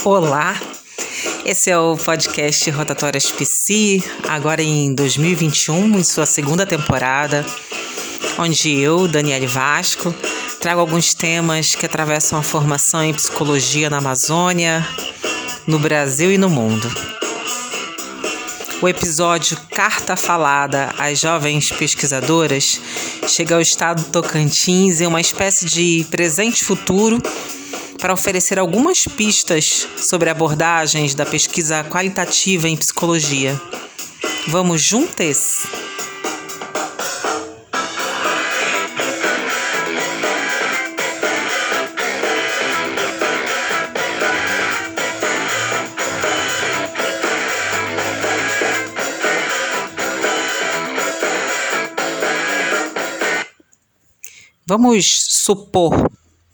Olá, esse é o podcast Rotatórias Psi, agora em 2021, em sua segunda temporada, onde eu, Daniele Vasco, trago alguns temas que atravessam a formação em psicologia na Amazônia, no Brasil e no mundo. O episódio Carta Falada às Jovens Pesquisadoras chega ao estado do Tocantins em uma espécie de presente futuro para oferecer algumas pistas sobre abordagens da pesquisa qualitativa em psicologia. Vamos juntas? Vamos supor,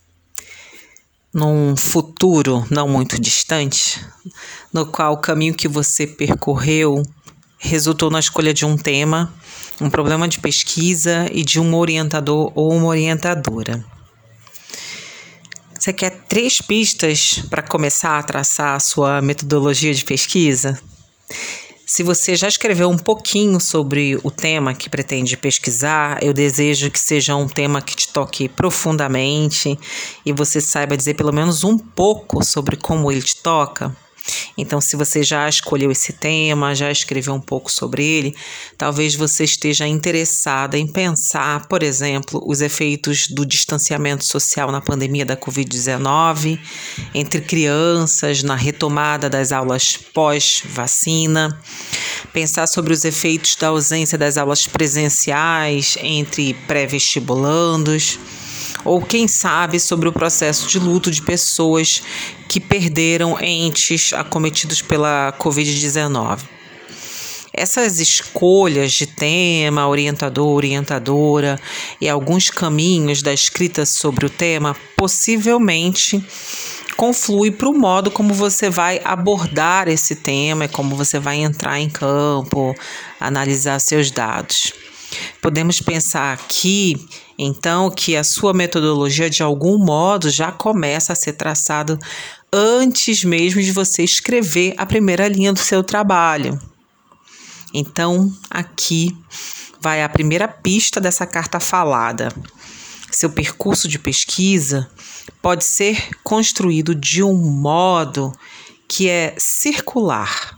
num futuro não muito distante, no qual o caminho que você percorreu resultou na escolha de um tema, um problema de pesquisa e de um orientador ou uma orientadora. Você quer 3 pistas para começar a traçar a sua metodologia de pesquisa? Se você já escreveu um pouquinho sobre o tema que pretende pesquisar, eu desejo que seja um tema que te toque profundamente e você saiba dizer pelo menos um pouco sobre como ele te toca. Então, se você já escolheu esse tema, já escreveu um pouco sobre ele, talvez você esteja interessada em pensar, por exemplo, os efeitos do distanciamento social na pandemia da Covid-19, entre crianças, na retomada das aulas pós-vacina, pensar sobre os efeitos da ausência das aulas presenciais entre pré-vestibulandos, ou quem sabe sobre o processo de luto de pessoas que perderam entes acometidos pela Covid-19. Essas escolhas de tema, orientador, orientadora e alguns caminhos da escrita sobre o tema possivelmente conflui para o modo como você vai abordar esse tema, como você vai entrar em campo, analisar seus dados. Podemos pensar aqui, então, que a sua metodologia, de algum modo, já começa a ser traçada antes mesmo de você escrever a primeira linha do seu trabalho. Então, aqui vai a primeira pista dessa carta falada. Seu percurso de pesquisa pode ser construído de um modo que é circular.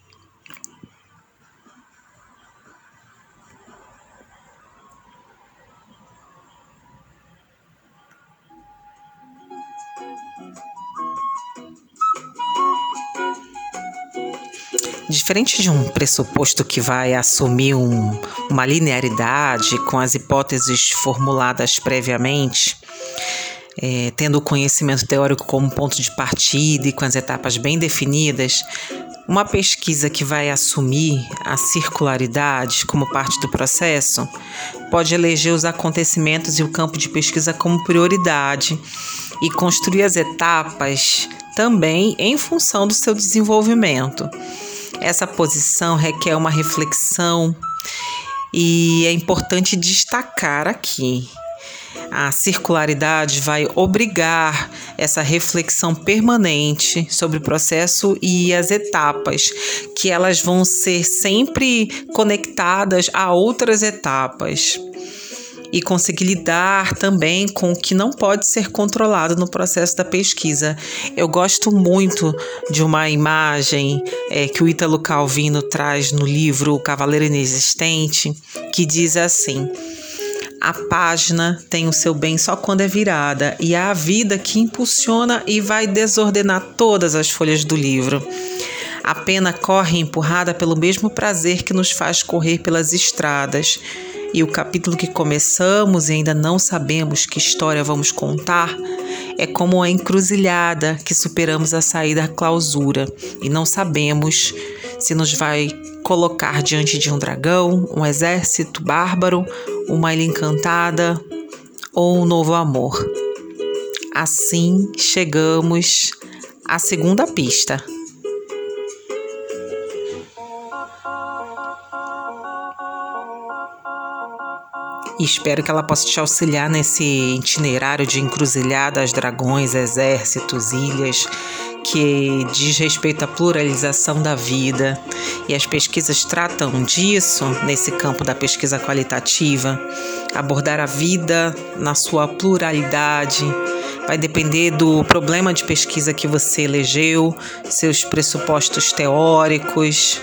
Diferente de um pressuposto que vai assumir uma linearidade com as hipóteses formuladas previamente, tendo o conhecimento teórico como ponto de partida e com as etapas bem definidas, uma pesquisa que vai assumir a circularidade como parte do processo pode eleger os acontecimentos e o campo de pesquisa como prioridade e construir as etapas também em função do seu desenvolvimento. Essa posição requer uma reflexão e é importante destacar aqui. A circularidade vai obrigar essa reflexão permanente sobre o processo e as etapas, que elas vão ser sempre conectadas a outras etapas. E conseguir lidar também com o que não pode ser controlado no processo da pesquisa. Eu gosto muito de uma imagem que o Ítalo Calvino traz no livro O Cavaleiro Inexistente, que diz assim: a página tem o seu bem só quando é virada, e há a vida que impulsiona e vai desordenar todas as folhas do livro. A pena corre empurrada pelo mesmo prazer que nos faz correr pelas estradas. E o capítulo que começamos e ainda não sabemos que história vamos contar é como a encruzilhada que superamos a saída da clausura e não sabemos se nos vai colocar diante de um dragão, um exército bárbaro, uma ilha encantada ou um novo amor. Assim chegamos à segunda pista. E espero que ela possa te auxiliar nesse itinerário de encruzilhadas, dragões, exércitos, ilhas, que diz respeito à pluralização da vida, e as pesquisas tratam disso nesse campo da pesquisa qualitativa. Abordar a vida na sua pluralidade vai depender do problema de pesquisa que você elegeu, seus pressupostos teóricos.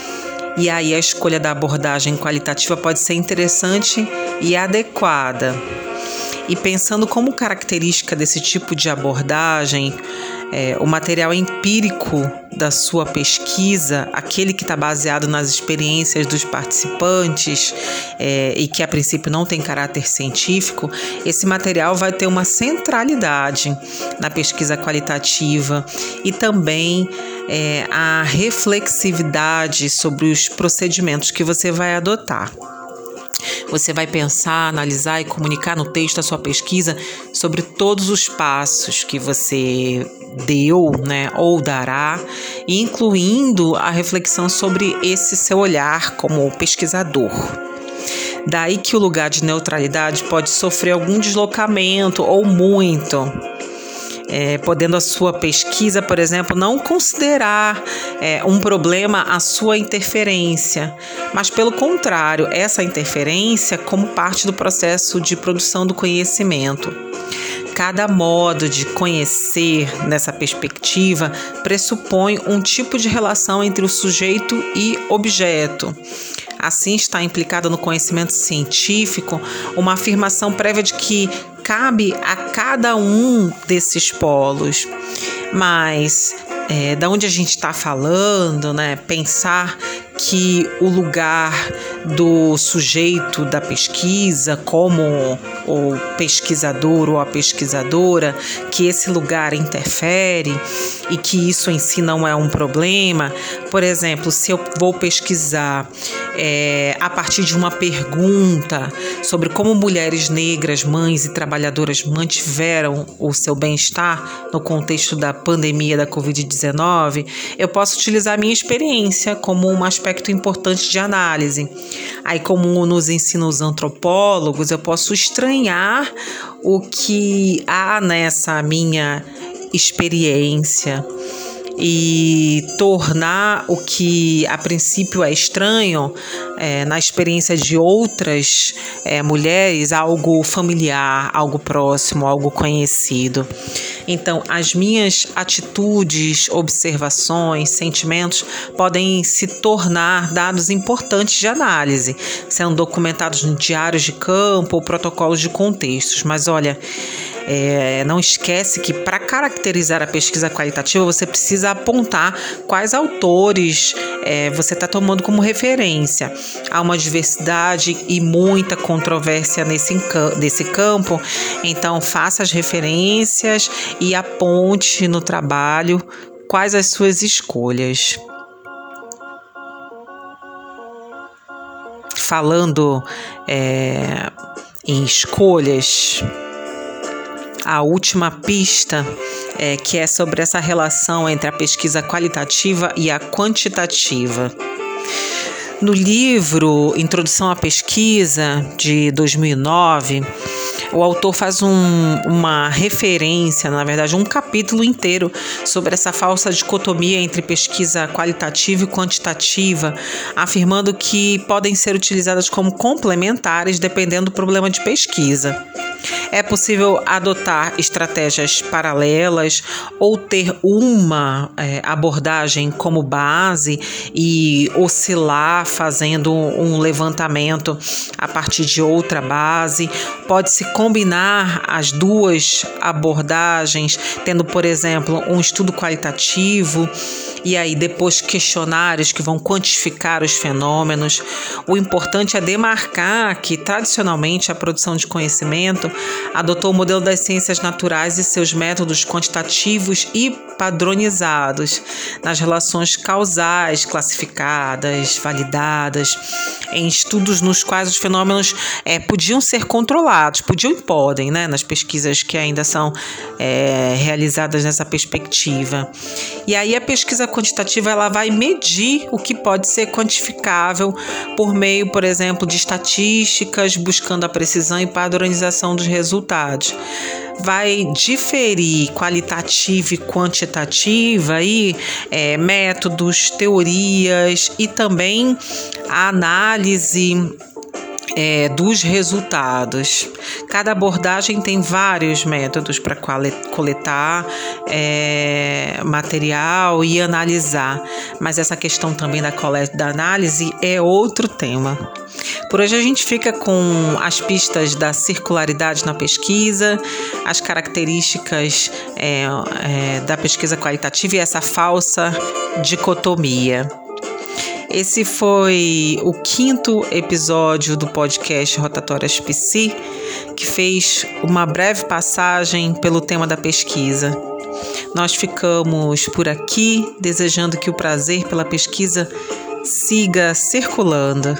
E aí a escolha da abordagem qualitativa pode ser interessante e adequada. E pensando como característica desse tipo de abordagem, o material empírico da sua pesquisa, aquele que está baseado nas experiências dos participantes e que a princípio não tem caráter científico, esse material vai ter uma centralidade na pesquisa qualitativa e também a reflexividade sobre os procedimentos que você vai adotar. Você vai pensar, analisar e comunicar no texto a sua pesquisa sobre todos os passos que você deu, ou dará, incluindo a reflexão sobre esse seu olhar como pesquisador. Daí que o lugar de neutralidade pode sofrer algum deslocamento ou muito, podendo a sua pesquisa, por exemplo, não considerar um problema a sua interferência, mas pelo contrário, essa interferência como parte do processo de produção do conhecimento. Cada modo de conhecer nessa perspectiva pressupõe um tipo de relação entre o sujeito e objeto. Assim, está implicada no conhecimento científico uma afirmação prévia de que cabe a cada um desses polos. Mas, da onde a gente está falando, pensar que o lugar do sujeito da pesquisa, como o pesquisador ou a pesquisadora, que esse lugar interfere e que isso em si não é um problema. Por exemplo, se eu vou pesquisar a partir de uma pergunta sobre como mulheres negras, mães e trabalhadoras mantiveram o seu bem-estar no contexto da pandemia da Covid-19, eu posso utilizar a minha experiência como um aspecto importante de análise. Aí, como nos ensinam os antropólogos, eu posso estranhar o que há nessa minha experiência e tornar o que a princípio é estranho na experiência de outras mulheres algo familiar, algo próximo, algo conhecido. Então, as minhas atitudes, observações, sentimentos podem se tornar dados importantes de análise, sendo documentados em diários de campo ou protocolos de contextos. Mas olha, não esquece que para caracterizar a pesquisa qualitativa você precisa apontar quais autores você está tomando como referência. Há uma diversidade e muita controvérsia nesse campo, então faça as referências e aponte no trabalho quais as suas escolhas. Falando em escolhas, a última pista que é sobre essa relação entre a pesquisa qualitativa e a quantitativa. No livro Introdução à Pesquisa, de 2009, o autor faz uma referência, na verdade, um capítulo inteiro sobre essa falsa dicotomia entre pesquisa qualitativa e quantitativa, afirmando que podem ser utilizadas como complementares dependendo do problema de pesquisa. É possível adotar estratégias paralelas ou ter uma abordagem como base e oscilar fazendo um levantamento a partir de outra base. Pode-se combinar as duas abordagens, tendo, por exemplo, um estudo qualitativo e aí depois questionários que vão quantificar os fenômenos. O importante é demarcar que, tradicionalmente, a produção de conhecimento adotou o modelo das ciências naturais e seus métodos quantitativos e padronizados nas relações causais, classificadas, validadas, em estudos nos quais os fenômenos podiam ser controlados, podiam e podem, nas pesquisas que ainda são realizadas nessa perspectiva. E aí a pesquisa quantitativa ela vai medir o que pode ser quantificável por meio, por exemplo, de estatísticas, buscando a precisão e padronização dos resultados. Vai diferir qualitativa e quantitativa aí, métodos, teorias e também a análise dos resultados. Cada abordagem tem vários métodos para coletar material e analisar, mas essa questão também da coleta e da análise é outro tema. Por hoje a gente fica com as pistas da circularidade na pesquisa, as características da pesquisa qualitativa e essa falsa dicotomia. Esse foi o 5º episódio do podcast Rotatórias Psi, que fez uma breve passagem pelo tema da pesquisa. Nós ficamos por aqui, desejando que o prazer pela pesquisa siga circulando.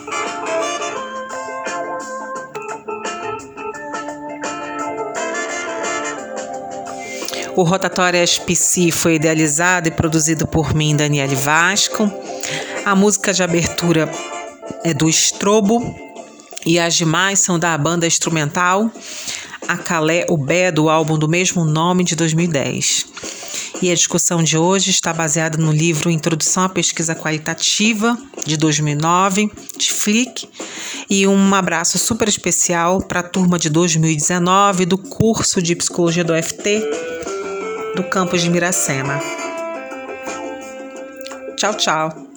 O Rotatórias Psi foi idealizado e produzido por mim, Daniele Vasco. A música de abertura é do Estrobo e as demais são da banda instrumental Acalé Ubé, do álbum do mesmo nome de 2010. E a discussão de hoje está baseada no livro Introdução à Pesquisa Qualitativa, de 2009, de Flick, e um abraço super especial para a turma de 2019 do curso de Psicologia do UFT, do campus de Miracema. Tchau, tchau.